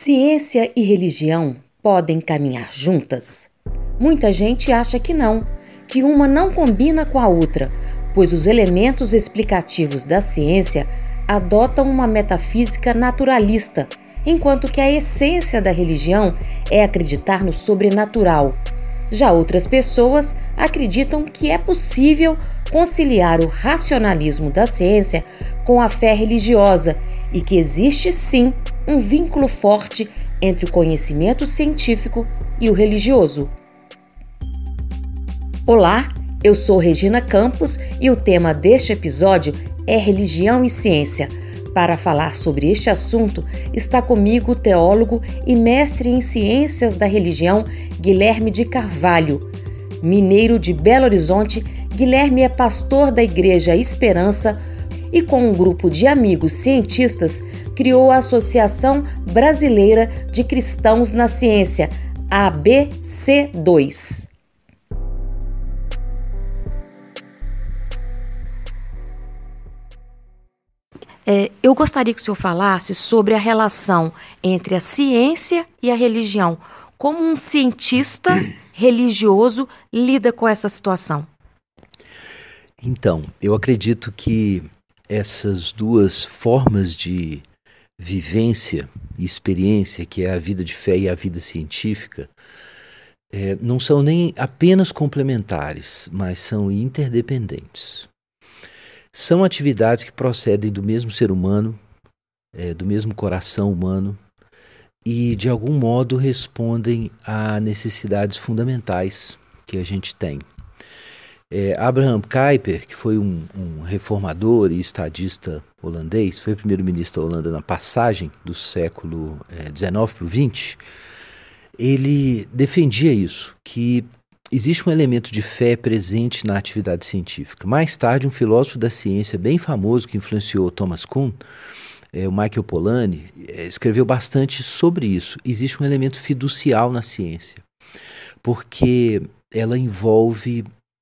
Ciência e religião podem caminhar juntas? Muita gente acha que não, que uma não combina com a outra, pois os elementos explicativos da ciência adotam uma metafísica naturalista, enquanto que a essência da religião é acreditar no sobrenatural. Já outras pessoas acreditam que é possível conciliar o racionalismo da ciência com a fé religiosa e que existe sim um vínculo forte entre o conhecimento científico e o religioso. Olá, eu sou Regina Campos e o tema deste episódio é Religião e Ciência. Para falar sobre este assunto, está comigo o teólogo e mestre em Ciências da Religião, Guilherme de Carvalho. Mineiro de Belo Horizonte, Guilherme é pastor da Igreja Esperança e, com um grupo de amigos cientistas, criou a Associação Brasileira de Cristãos na Ciência, ABC2. Eu gostaria que o senhor falasse sobre a relação entre a ciência e a religião. Como um cientista religioso lida com essa situação? Então, eu acredito que essas duas formas de vivência e experiência, que é a vida de fé e a vida científica, não são nem apenas complementares, mas são interdependentes. São atividades que procedem do mesmo ser humano, do mesmo coração humano, e de algum modo respondem a necessidades fundamentais que a gente tem. Abraham Kuyper, que foi um reformador e estadista holandês, foi primeiro-ministro da Holanda na passagem do século XIX para o XX, ele defendia isso, que existe um elemento de fé presente na atividade científica. Mais tarde, um filósofo da ciência bem famoso que influenciou Thomas Kuhn, o Michael Polanyi, escreveu bastante sobre isso. Existe um elemento fiducial na ciência, porque ela envolve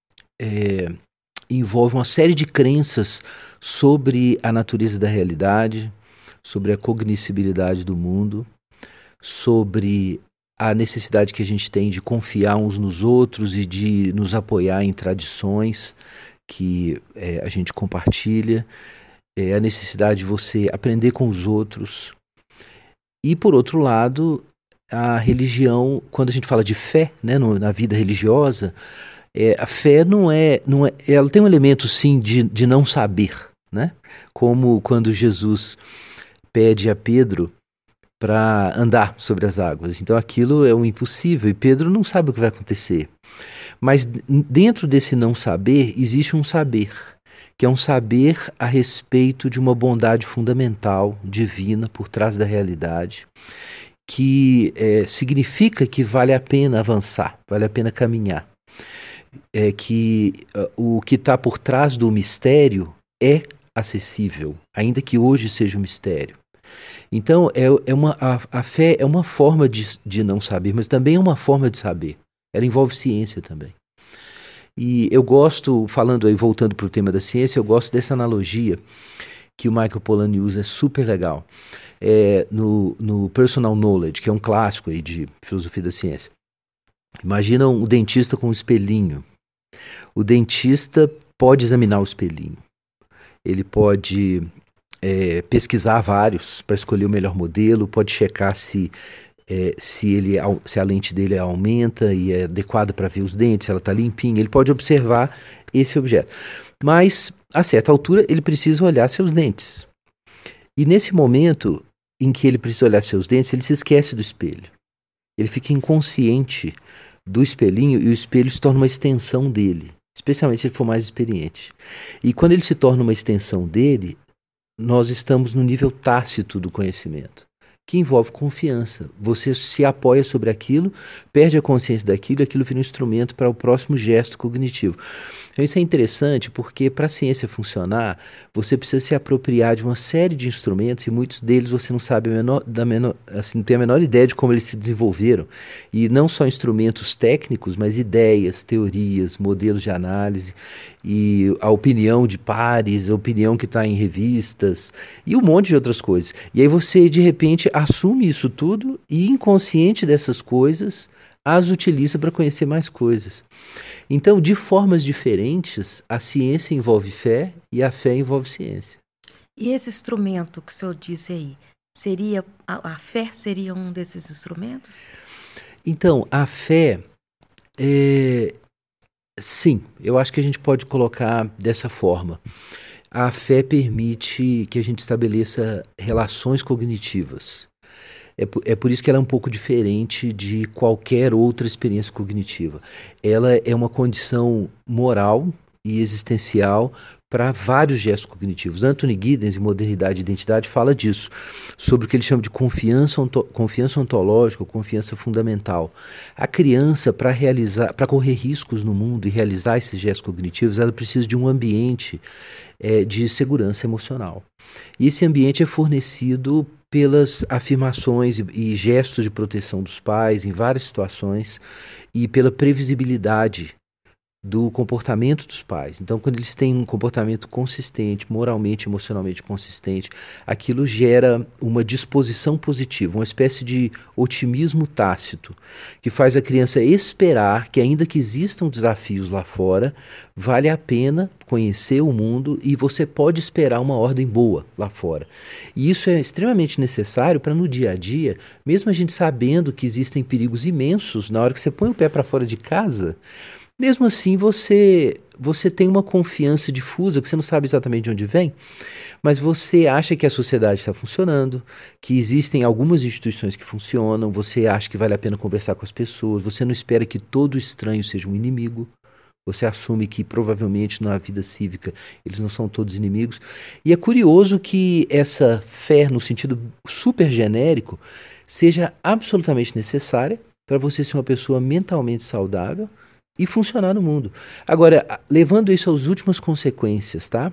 uma série de crenças sobre a natureza da realidade, sobre a cognoscibilidade do mundo, sobre a necessidade que a gente tem de confiar uns nos outros e de nos apoiar em tradições que a gente compartilha, a necessidade de você aprender com os outros. E, por outro lado, a religião, quando a gente fala de fé, né, na vida religiosa, a fé ela tem um elemento, sim, de não saber, né? Como quando Jesus pede a Pedro para andar sobre as águas. Então aquilo é um impossível e Pedro não sabe o que vai acontecer. Mas dentro desse não saber existe um saber, que é um saber a respeito de uma bondade fundamental, divina, por trás da realidade, que significa que vale a pena avançar, vale a pena caminhar. Que o que está por trás do mistério é acessível, ainda que hoje seja um mistério. Então, a fé é uma forma de não saber, mas também é uma forma de saber. Ela envolve ciência também. E eu gosto, falando aí, voltando para o tema da ciência, eu gosto dessa analogia que o Michael Polanyi usa, é super legal. No Personal Knowledge, que é um clássico aí de filosofia da ciência. Imagina um dentista com um espelhinho. O dentista pode examinar o espelhinho. Ele pode pesquisar vários para escolher o melhor modelo, pode checar se a lente dele aumenta e é adequada para ver os dentes, se ela está limpinha. Ele pode observar esse objeto. Mas, a certa altura, ele precisa olhar seus dentes. E nesse momento em que ele precisa olhar seus dentes, ele se esquece do espelho. Ele fica inconsciente do espelhinho e o espelho se torna uma extensão dele, especialmente se ele for mais experiente. E quando ele se torna uma extensão dele, nós estamos no nível tácito do conhecimento, que envolve confiança. Você se apoia sobre aquilo, perde a consciência daquilo e aquilo vira um instrumento para o próximo gesto cognitivo. Então isso é interessante porque para a ciência funcionar, você precisa se apropriar de uma série de instrumentos e muitos deles você não sabe não tem a menor ideia de como eles se desenvolveram. E não só instrumentos técnicos, mas ideias, teorias, modelos de análise. e a opinião de pares, a opinião que está em revistas e um monte de outras coisas. E aí você, de repente, assume isso tudo e, inconsciente dessas coisas, as utiliza para conhecer mais coisas. Então, de formas diferentes, a ciência envolve fé e a fé envolve ciência. E esse instrumento que o senhor disse aí, seria a fé seria um desses instrumentos? Então, a fé, sim, eu acho que a gente pode colocar dessa forma. A fé permite que a gente estabeleça relações cognitivas. É por isso que ela é um pouco diferente de qualquer outra experiência cognitiva. Ela é uma condição moral e existencial para vários gestos cognitivos. Anthony Giddens, em Modernidade e Identidade, fala disso, sobre o que ele chama de confiança ontológica, ou confiança fundamental. A criança, para correr riscos no mundo e realizar esses gestos cognitivos, ela precisa de um ambiente de segurança emocional. E esse ambiente é fornecido pelas afirmações e gestos de proteção dos pais em várias situações e pela previsibilidade do comportamento dos pais. Então, quando eles têm um comportamento consistente, moralmente, emocionalmente consistente, aquilo gera uma disposição positiva, uma espécie de otimismo tácito, que faz a criança esperar que, ainda que existam desafios lá fora, vale a pena conhecer o mundo e você pode esperar uma ordem boa lá fora. E isso é extremamente necessário para, no dia a dia, mesmo a gente sabendo que existem perigos imensos na hora que você põe o pé para fora de casa, mesmo assim, você tem uma confiança difusa, que você não sabe exatamente de onde vem, mas você acha que a sociedade está funcionando, que existem algumas instituições que funcionam, você acha que vale a pena conversar com as pessoas, você não espera que todo estranho seja um inimigo, você assume que provavelmente na vida cívica eles não são todos inimigos. E é curioso que essa fé, no sentido super genérico, seja absolutamente necessária para você ser uma pessoa mentalmente saudável e funcionar no mundo. Agora, levando isso às últimas consequências, tá?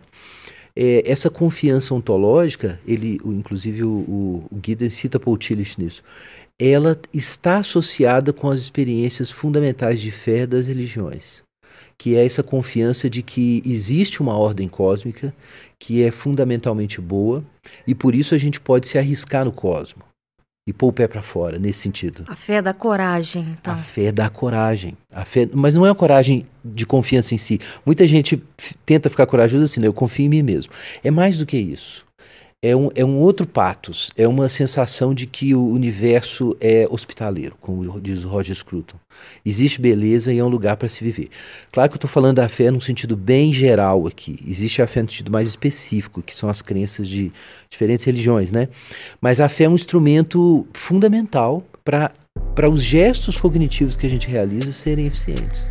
Essa confiança ontológica, inclusive o Giddens cita Paul Tillich nisso, ela está associada com as experiências fundamentais de fé das religiões, que é essa confiança de que existe uma ordem cósmica que é fundamentalmente boa e por isso a gente pode se arriscar no cosmos e pôr o pé para fora, nesse sentido. A fé dá coragem, então. A fé dá coragem. Mas não é a coragem de confiança em si. Muita gente tenta ficar corajoso assim, eu confio em mim mesmo. É mais do que isso. É um outro pathos. É uma sensação de que o universo é hospitaleiro, como diz o Roger Scruton. Existe beleza e é um lugar para se viver. Claro que eu estou falando da fé num sentido bem geral aqui. Existe a fé no sentido mais específico, que são as crenças de diferentes religiões, né? Mas a fé é um instrumento fundamental para os gestos cognitivos que a gente realiza serem eficientes.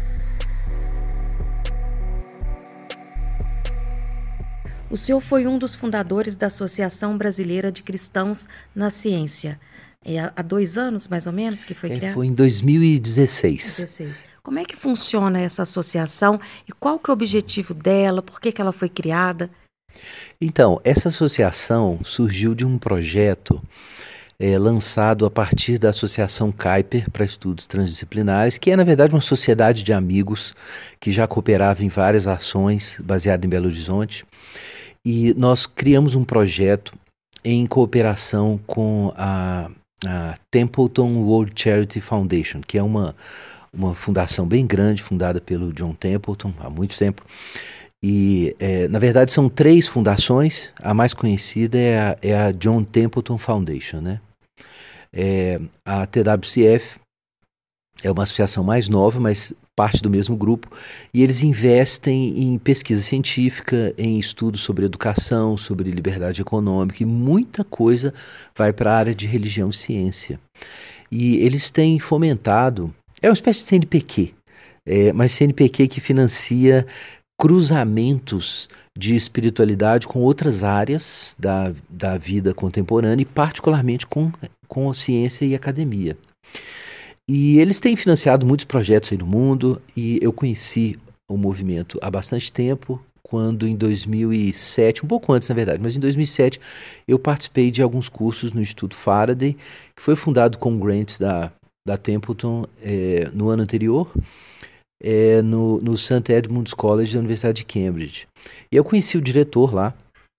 O senhor foi um dos fundadores da Associação Brasileira de Cristãos na Ciência. Há 2 anos, mais ou menos, que foi criada? Foi em 2016. Como é que funciona essa associação e qual que é o objetivo dela? Por que ela foi criada? Então, essa associação surgiu de um projeto lançado a partir da Associação Kuyper para Estudos Transdisciplinares, que é, na verdade, uma sociedade de amigos que já cooperava em várias ações baseada em Belo Horizonte. E nós criamos um projeto em cooperação com a Templeton World Charity Foundation, que é uma fundação bem grande, fundada pelo John Templeton há muito tempo. E, na verdade, são 3 fundações. A mais conhecida é a John Templeton Foundation, né? A TWCF é uma associação mais nova, mas parte do mesmo grupo, e eles investem em pesquisa científica, em estudos sobre educação, sobre liberdade econômica, e muita coisa vai para a área de religião e ciência. E eles têm fomentado, é uma espécie de CNPq, mas CNPq que financia cruzamentos de espiritualidade com outras áreas da vida contemporânea e particularmente com a ciência e academia. E eles têm financiado muitos projetos aí no mundo e eu conheci o movimento há bastante tempo, quando em 2007, um pouco antes na verdade, mas em 2007 eu participei de alguns cursos no Instituto Faraday, que foi fundado com grants da Templeton no ano anterior. no St. Edmund's College da Universidade de Cambridge. E eu conheci o diretor lá,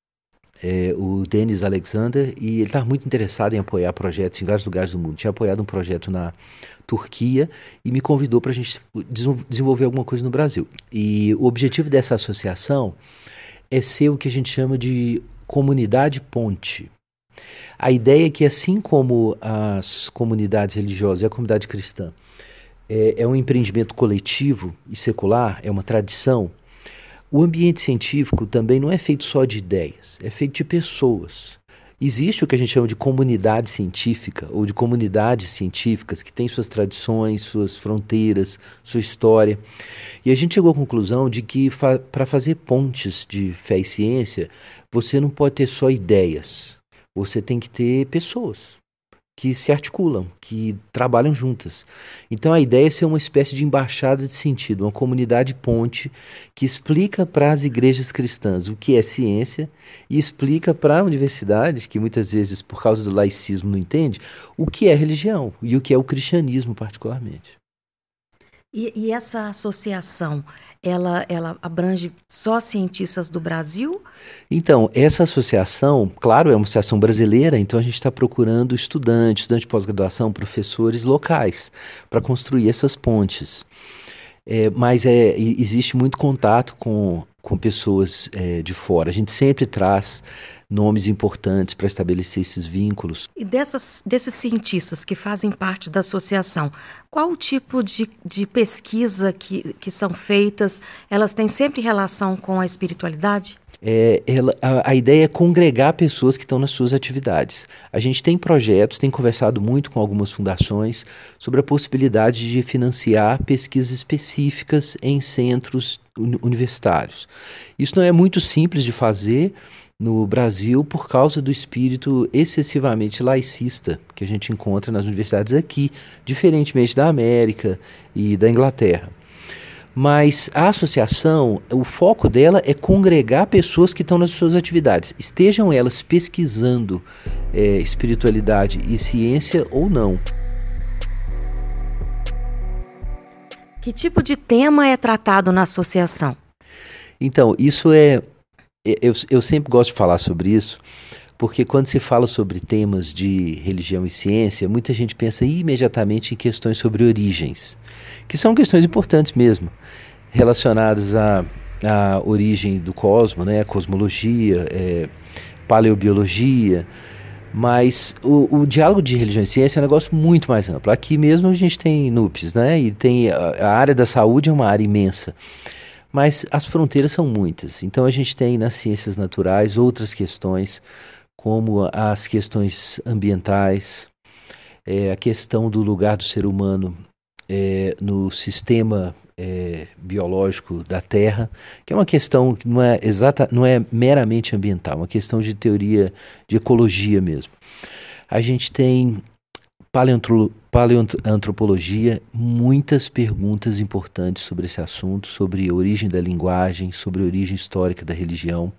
o Dennis Alexander, e ele estava muito interessado em apoiar projetos em vários lugares do mundo. Tinha apoiado um projeto na Turquia e me convidou para a gente desenvolver alguma coisa no Brasil. E o objetivo dessa associação é ser o que a gente chama de comunidade ponte. A ideia é que, assim como as comunidades religiosas e a comunidade cristã é um empreendimento coletivo e secular, é uma tradição, o ambiente científico também não é feito só de ideias, é feito de pessoas. Existe o que a gente chama de comunidade científica ou de comunidades científicas que têm suas tradições, suas fronteiras, sua história. E a gente chegou à conclusão de que para fazer pontes de fé e ciência, você não pode ter só ideias, você tem que ter pessoas que se articulam, que trabalham juntas. Então a ideia é ser uma espécie de embaixada de sentido, uma comunidade ponte que explica para as igrejas cristãs o que é ciência e explica para a universidade, que muitas vezes por causa do laicismo não entende, o que é religião e o que é o cristianismo particularmente. E essa associação, ela abrange só cientistas do Brasil? Então, essa associação, claro, é uma associação brasileira, então a gente está procurando estudantes de pós-graduação, professores locais, para construir essas pontes. Mas existe muito contato com pessoas de fora. A gente sempre traz nomes importantes para estabelecer esses vínculos. E desses cientistas que fazem parte da associação, qual o tipo de pesquisa que são feitas? Elas têm sempre relação com a espiritualidade? A ideia é congregar pessoas que estão nas suas atividades. A gente tem projetos, tem conversado muito com algumas fundações sobre a possibilidade de financiar pesquisas específicas em centros universitários. Isso não é muito simples de fazer no Brasil por causa do espírito excessivamente laicista que a gente encontra nas universidades aqui, diferentemente da América e da Inglaterra. Mas a associação, o foco dela é congregar pessoas que estão nas suas atividades, estejam elas pesquisando espiritualidade e ciência ou não. Que tipo de tema é tratado na associação? Então, eu sempre gosto de falar sobre isso, porque quando se fala sobre temas de religião e ciência, muita gente pensa imediatamente em questões sobre origens, que são questões importantes mesmo, relacionadas à origem do cosmos, né, a cosmologia, paleobiologia, mas o diálogo de religião e ciência é um negócio muito mais amplo. Aqui mesmo a gente tem NUPES, né, e tem a área da saúde é uma área imensa. Mas as fronteiras são muitas. Então a gente tem nas ciências naturais outras questões, como as questões ambientais, a questão do lugar do ser humano no sistema biológico da Terra, que é uma questão que não é meramente ambiental, uma questão de teoria de ecologia mesmo. A gente tem paleoantropologia, muitas perguntas importantes sobre esse assunto, sobre a origem da linguagem, sobre a origem histórica da religião.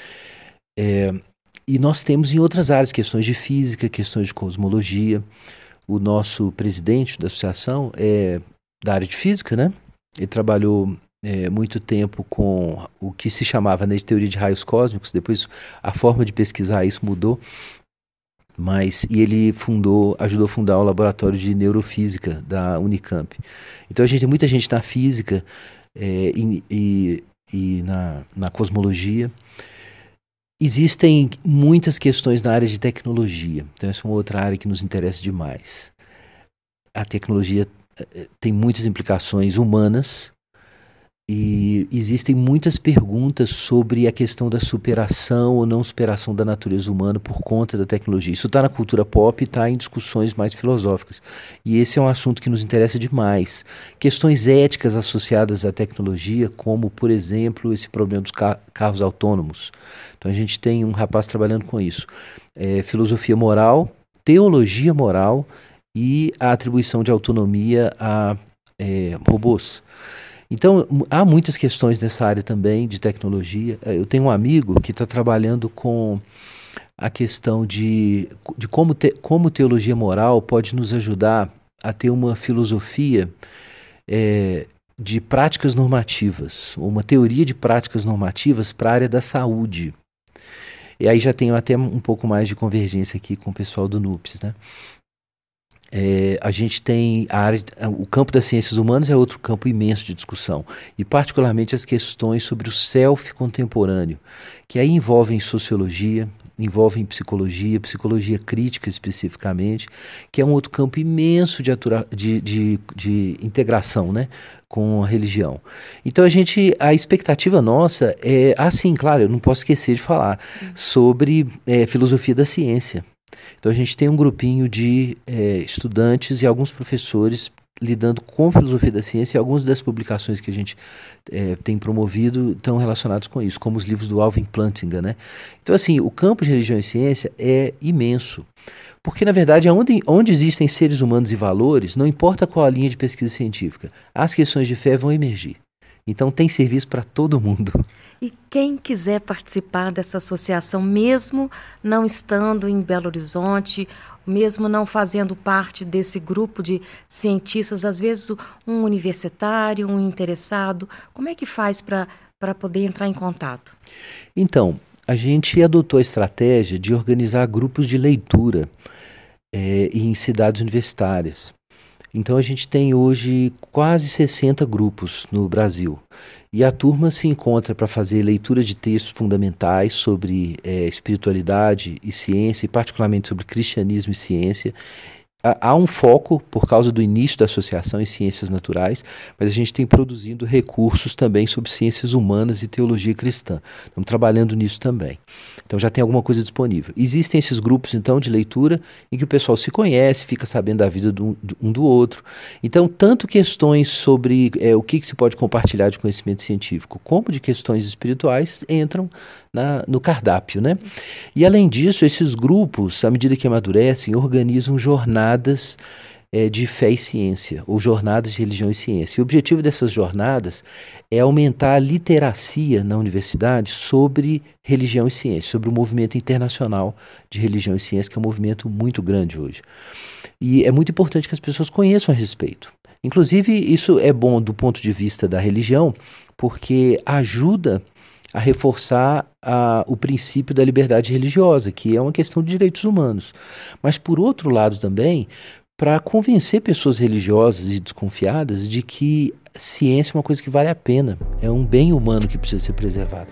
E nós temos em outras áreas questões de física, questões de cosmologia. O nosso presidente da associação é da área de física, né? Ele trabalhou muito tempo com o que se chamava, né, de teoria de raios cósmicos. Depois a forma de pesquisar isso mudou. E ele ajudou a fundar o laboratório de neurofísica da Unicamp. Então a gente tem muita gente na física e na cosmologia. Existem muitas questões na área de tecnologia. Então essa é uma outra área que nos interessa demais. A tecnologia tem muitas implicações humanas e existem muitas perguntas sobre a questão da superação ou não superação da natureza humana por conta da tecnologia. Isso está na cultura pop e está em discussões mais filosóficas. E esse é um assunto que nos interessa demais. Questões éticas associadas à tecnologia, como, por exemplo, esse problema dos carros autônomos. Então a gente tem um rapaz trabalhando com isso. Filosofia moral, teologia moral e a atribuição de autonomia a robôs. Então, há muitas questões nessa área também de tecnologia. Eu tenho um amigo que está trabalhando com a questão de como teologia moral pode nos ajudar a ter uma filosofia de práticas normativas, uma teoria de práticas normativas para a área da saúde. E aí já tenho até um pouco mais de convergência aqui com o pessoal do NUPES, né? A gente tem o campo das ciências humanas é outro campo imenso de discussão, e particularmente as questões sobre o self contemporâneo, que aí envolvem sociologia, envolvem psicologia, psicologia crítica especificamente, que é um outro campo imenso de integração, né, com a religião. Então a expectativa nossa é, sim, claro, eu não posso esquecer de falar sobre filosofia da ciência. Então a gente tem um grupinho de estudantes e alguns professores lidando com filosofia da ciência, e algumas das publicações que a gente tem promovido estão relacionadas com isso, como os livros do Alvin Plantinga, né? Então assim, o campo de religião e ciência é imenso, porque na verdade onde existem seres humanos e valores, não importa qual a linha de pesquisa científica, as questões de fé vão emergir. Então tem serviço para todo mundo. E quem quiser participar dessa associação, mesmo não estando em Belo Horizonte, mesmo não fazendo parte desse grupo de cientistas, às vezes um universitário, um interessado, como é que faz para poder entrar em contato? Então, a gente adotou a estratégia de organizar grupos de leitura em cidades universitárias. Então a gente tem hoje quase 60 grupos no Brasil. E a turma se encontra para fazer leitura de textos fundamentais sobre espiritualidade e ciência, e particularmente sobre cristianismo e ciência. Há um foco, por causa do início da associação, em ciências naturais, mas a gente tem produzindo recursos também sobre ciências humanas e teologia cristã. Estamos trabalhando nisso também. Então já tem alguma coisa disponível. Existem esses grupos, então, de leitura em que o pessoal se conhece, fica sabendo da vida um do outro. Então, tanto questões sobre o que se pode compartilhar de conhecimento científico, como de questões espirituais, entram no cardápio, né? E além disso, esses grupos, à medida que amadurecem, organizam jornadas de fé e ciência, ou jornadas de religião e ciência. E o objetivo dessas jornadas é aumentar a literacia na universidade sobre religião e ciência, sobre o movimento internacional de religião e ciência, que é um movimento muito grande hoje. E é muito importante que as pessoas conheçam a respeito. Inclusive, isso é bom do ponto de vista da religião, porque ajuda a reforçar o princípio da liberdade religiosa, que é uma questão de direitos humanos. Mas, por outro lado também, para convencer pessoas religiosas e desconfiadas de que ciência é uma coisa que vale a pena, é um bem humano que precisa ser preservado.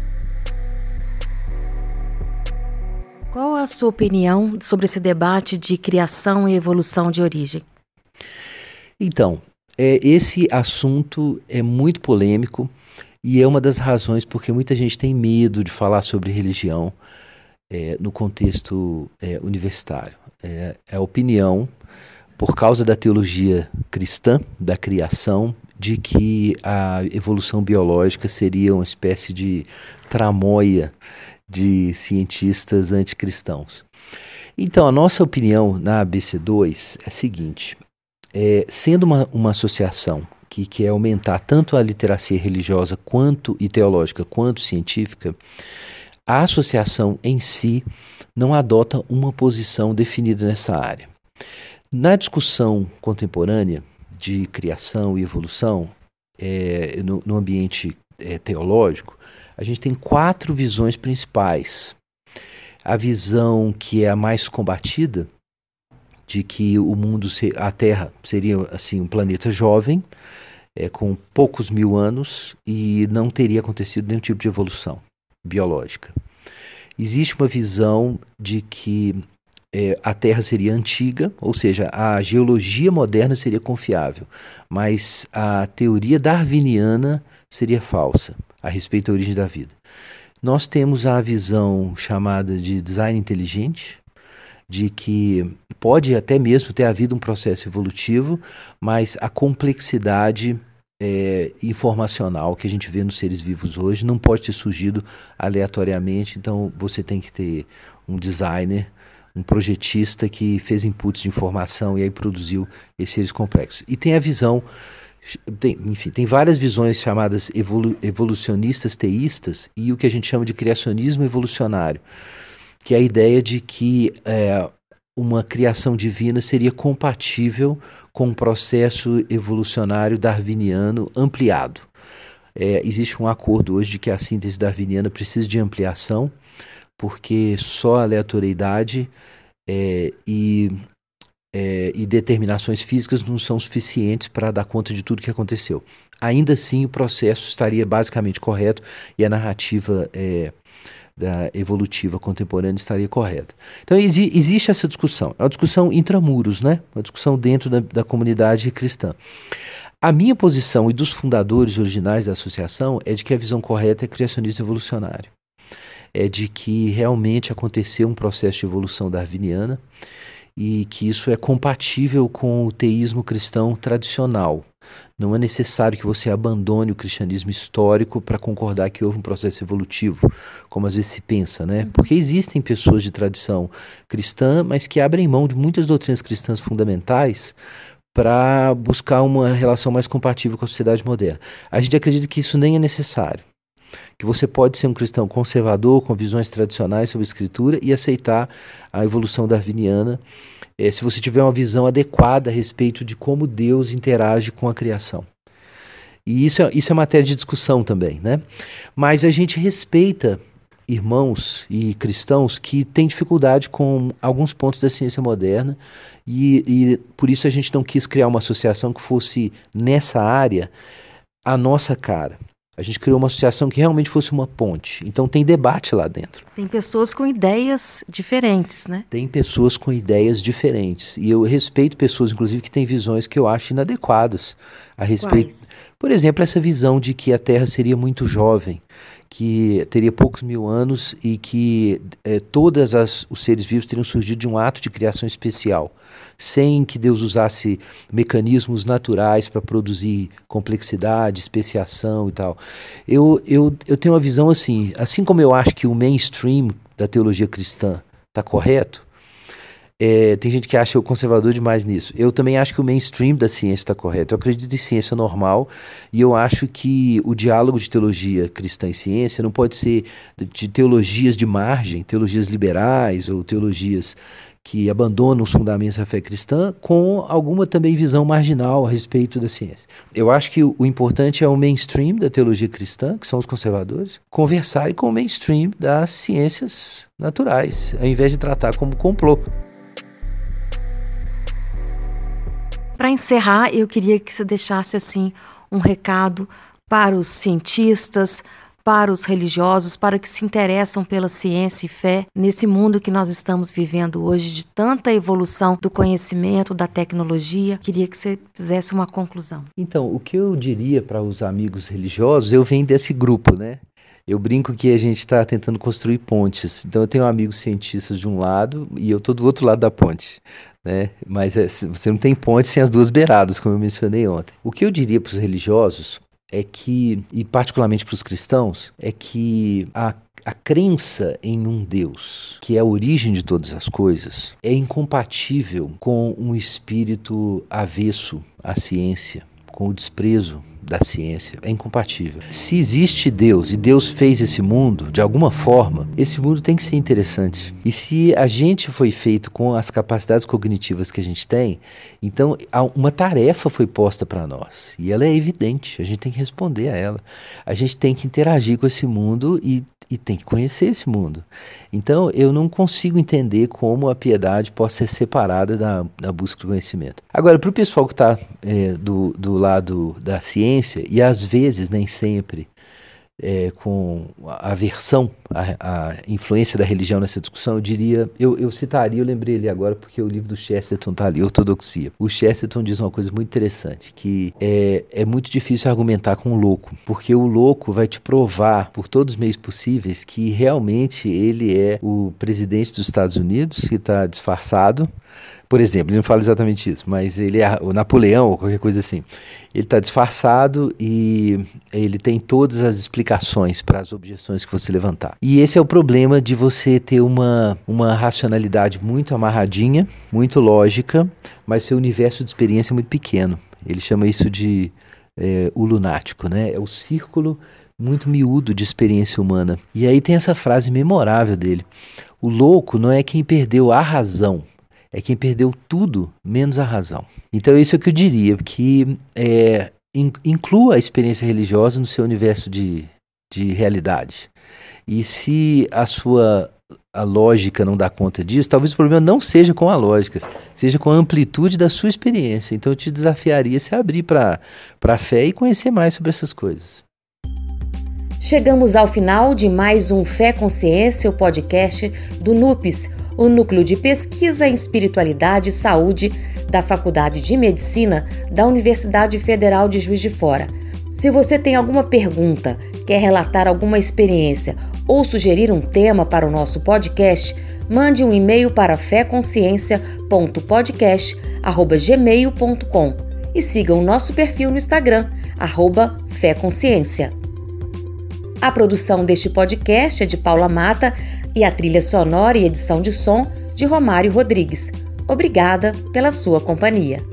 Qual a sua opinião sobre esse debate de criação e evolução de origem? Então, esse assunto é muito polêmico, e é uma das razões porque muita gente tem medo de falar sobre religião no contexto universitário. A opinião, por causa da teologia cristã, da criação, de que a evolução biológica seria uma espécie de tramóia de cientistas anticristãos. Então, a nossa opinião na ABC2 é a seguinte: sendo uma associação que quer aumentar tanto a literacia religiosa e teológica quanto científica, a associação em si não adota uma posição definida nessa área. Na discussão contemporânea de criação e evolução, no ambiente teológico, a gente tem 4 visões principais. A visão que é a mais combatida, de que a Terra seria assim um planeta jovem, com poucos mil anos, e não teria acontecido nenhum tipo de evolução biológica. Existe uma visão de que a Terra seria antiga, ou seja, a geologia moderna seria confiável, mas a teoria darwiniana seria falsa a respeito da origem da vida. Nós temos a visão chamada de design inteligente, de que pode até mesmo ter havido um processo evolutivo, mas a complexidade informacional que a gente vê nos seres vivos hoje não pode ter surgido aleatoriamente. Então você tem que ter um designer, um projetista que fez inputs de informação e aí produziu esses seres complexos. E tem a visão, tem várias visões chamadas evolucionistas teístas e o que a gente chama de criacionismo evolucionário, que é a ideia de que uma criação divina seria compatível com um processo evolucionário darwiniano ampliado. Existe um acordo hoje de que a síntese darwiniana precisa de ampliação, porque só a aleatoriedade e determinações físicas não são suficientes para dar conta de tudo que aconteceu. Ainda assim, o processo estaria basicamente correto e a narrativa da evolutiva contemporânea estaria correta. Então existe essa discussão. É uma discussão intramuros, né? Uma discussão dentro da comunidade cristã. A minha posição e dos fundadores originais da associação é de que a visão correta é criacionismo evolucionário. É de que realmente aconteceu um processo de evolução darwiniana e que isso é compatível com o teísmo cristão tradicional. Não é necessário que você abandone o cristianismo histórico para concordar que houve um processo evolutivo, como às vezes se pensa, né? Porque existem pessoas de tradição cristã, mas que abrem mão de muitas doutrinas cristãs fundamentais para buscar uma relação mais compatível com a sociedade moderna. A gente acredita que isso nem é necessário. Que você pode ser um cristão conservador, com visões tradicionais sobre a Escritura e aceitar a evolução darwiniana, se você tiver uma visão adequada a respeito de como Deus interage com a criação. E isso é matéria de discussão também, né? Mas a gente respeita irmãos e cristãos que têm dificuldade com alguns pontos da ciência moderna e por isso a gente não quis criar uma associação que fosse nessa área a nossa cara. A gente criou uma associação que realmente fosse uma ponte. Então tem debate lá dentro. Tem pessoas com ideias diferentes, né? Tem pessoas com ideias diferentes. E eu respeito pessoas, inclusive, que têm visões que eu acho inadequadas a respeito. Quais? Por exemplo, essa visão de que a Terra seria muito jovem, que teria poucos mil anos e que todos os seres vivos teriam surgido de um ato de criação especial, sem que Deus usasse mecanismos naturais para produzir complexidade, especiação e tal. Eu tenho uma visão assim como eu acho que o mainstream da teologia cristã está correto, tem gente que acha eu conservador demais nisso. Eu também acho que o mainstream da ciência está correto. Eu acredito em ciência normal e eu acho que o diálogo de teologia cristã e ciência não pode ser de teologias de margem, teologias liberais ou teologias que abandonam os fundamentos da fé cristã com alguma também visão marginal a respeito da ciência. Eu acho que o importante é o mainstream da teologia cristã, que são os conservadores, conversarem com o mainstream das ciências naturais, ao invés de tratar como complô. Para encerrar, eu queria que você deixasse assim um recado para os cientistas, para os religiosos, para que se interessam pela ciência e fé nesse mundo que nós estamos vivendo hoje, de tanta evolução do conhecimento, da tecnologia. Queria que você fizesse uma conclusão. Então, o que eu diria para os amigos religiosos, eu venho desse grupo, né? Eu brinco que a gente está tentando construir pontes. Então, eu tenho amigos cientistas de um lado e eu estou do outro lado da ponte, né? Mas você não tem ponte sem as duas beiradas, como eu mencionei ontem. O que eu diria para os religiosos é que, e particularmente para os cristãos, é que a crença em um Deus, que é a origem de todas as coisas, é incompatível com um espírito avesso à ciência, com o desprezo da ciência. É incompatível. Se existe Deus e Deus fez esse mundo, de alguma forma, esse mundo tem que ser interessante. E se a gente foi feito com as capacidades cognitivas que a gente tem, então uma tarefa foi posta para nós. E ela é evidente, a gente tem que responder a ela. A gente tem que interagir com esse mundo e tem que conhecer esse mundo. Então, eu não consigo entender como a piedade pode ser separada da busca do conhecimento. Agora, para o pessoal que está do lado da ciência, e às vezes, nem sempre, com a aversão à influência da religião nessa discussão, eu diria, eu citaria, eu lembrei ali agora, porque o livro do Chesterton está ali, Ortodoxia. O Chesterton diz uma coisa muito interessante, que é muito difícil argumentar com o louco, porque o louco vai te provar, por todos os meios possíveis, que realmente ele é o presidente dos Estados Unidos, que está disfarçado. Por exemplo, ele não fala exatamente isso, mas ele é o Napoleão ou qualquer coisa assim. Ele está disfarçado e ele tem todas as explicações para as objeções que você levantar. E esse é o problema de você ter uma racionalidade muito amarradinha, muito lógica, mas seu universo de experiência é muito pequeno. Ele chama isso de o lunático, né? É o círculo muito miúdo de experiência humana. E aí tem essa frase memorável dele: o louco não é quem perdeu a razão, é quem perdeu tudo menos a razão. Então é isso que eu diria, que inclua a experiência religiosa no seu universo de realidade. E se a lógica não dá conta disso, talvez o problema não seja com a lógica, seja com a amplitude da sua experiência. Então eu te desafiaria a se abrir para a fé e conhecer mais sobre essas coisas. Chegamos ao final de mais um Fé Consciência, o podcast do NUPES, o Núcleo de Pesquisa em Espiritualidade e Saúde da Faculdade de Medicina da Universidade Federal de Juiz de Fora. Se você tem alguma pergunta, quer relatar alguma experiência ou sugerir um tema para o nosso podcast, mande um e-mail para feconsciência.podcast@gmail.com e siga o nosso perfil no Instagram, @feconsciência. A produção deste podcast é de Paula Mata e a trilha sonora e edição de som de Romário Rodrigues. Obrigada pela sua companhia.